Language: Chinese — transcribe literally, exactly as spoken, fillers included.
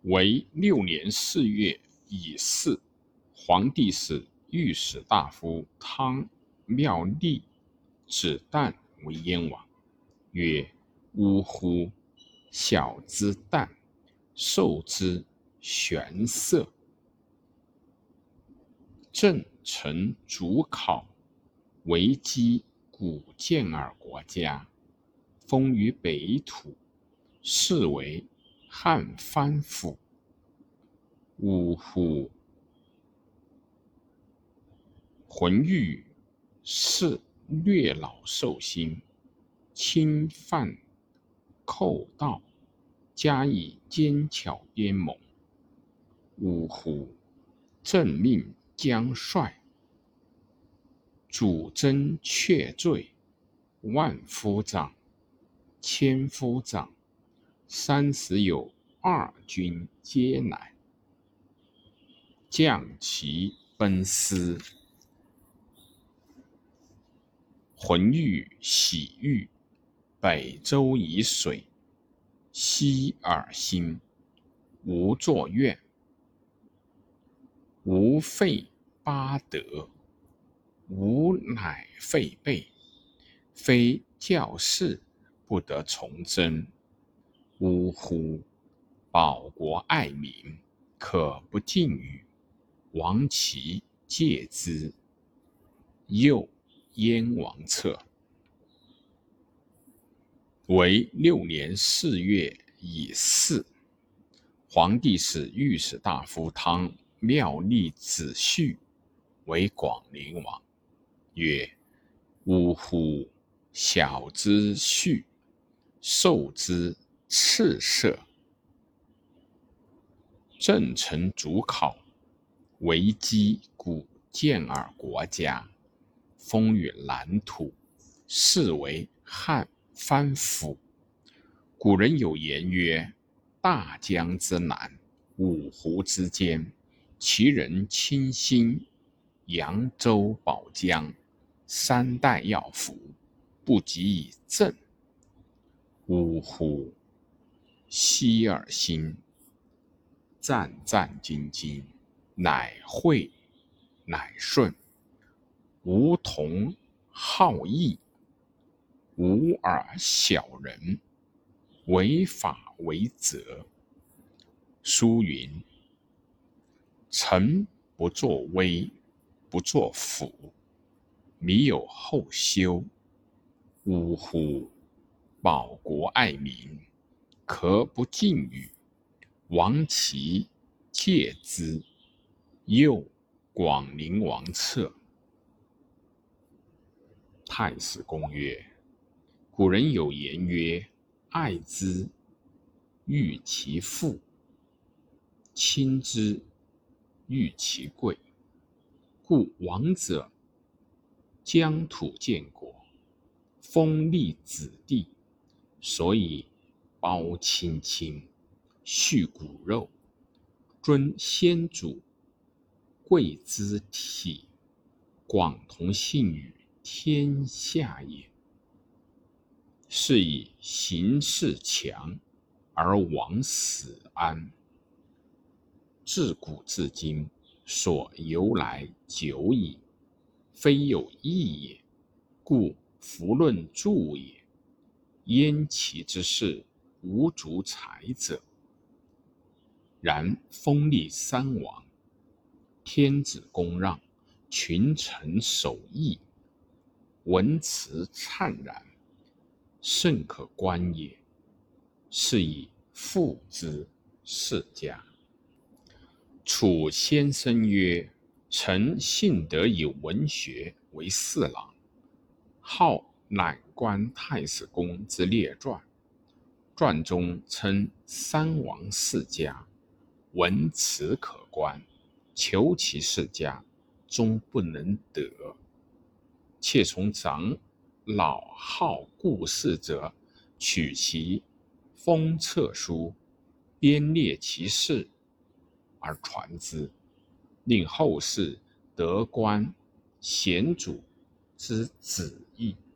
为六年四月乙巳，皇帝使御史大夫汤妙丽子旦为燕王，曰：呜呼！小之旦，受之玄色。正臣主考，为击古建尔国家，封于北土，是为汉藩府。呜呼！浑欲是略老兽心，侵犯寇盗，加以奸巧边谋。呜呼！朕命将帅，主征却罪，万夫长、千夫长，三十有二军皆乃，将其奔思。浑欲洗浴，北周以水，西尔心，无作怨。吾废八德，吾乃废备，非教士不得从征。呜呼！保国爱民，可不尽语，亡其戒之。又燕王策。为六年四月乙巳，皇帝使御史大夫汤妙丽子胥为广陵王，曰：呜呼！小之胥，受之赤色。正臣主考，为击古建尔国家，封于南土，是为汉藩府。古人有言曰：大江之南，五湖之间，其人清心，扬州保江，三代要服，不及以正。呜呼！息尔心，战战兢兢，乃惠乃顺，无同好义，无尔小人，为法为则。书云：臣不作威，不作辅，靡有后修。呜呼！保国爱民，可不尽语，亡其戒之。又广陵王策。太史公曰：古人有言曰：爱之，欲其富；亲之，欲其贵。故王者，疆土建国，封立子弟，所以包亲亲，恤骨肉，尊先祖，贵之体，广同信于天下也。是以形势强，而王死安。自古至今，所由来久矣，非有异也。故夫论著也，焉其之事，无足采者。然封立三王，天子公让，群臣守义，文辞灿然，甚可观也。是以复之世家。楚先生曰：臣幸得以文学为侍郎，好览观太史公之列传，传中称三王世家，文辞可观，求其世家，终不能得。且从长老好故事者，取其封册书，编列其事，而传之，令后世得观贤主之旨意。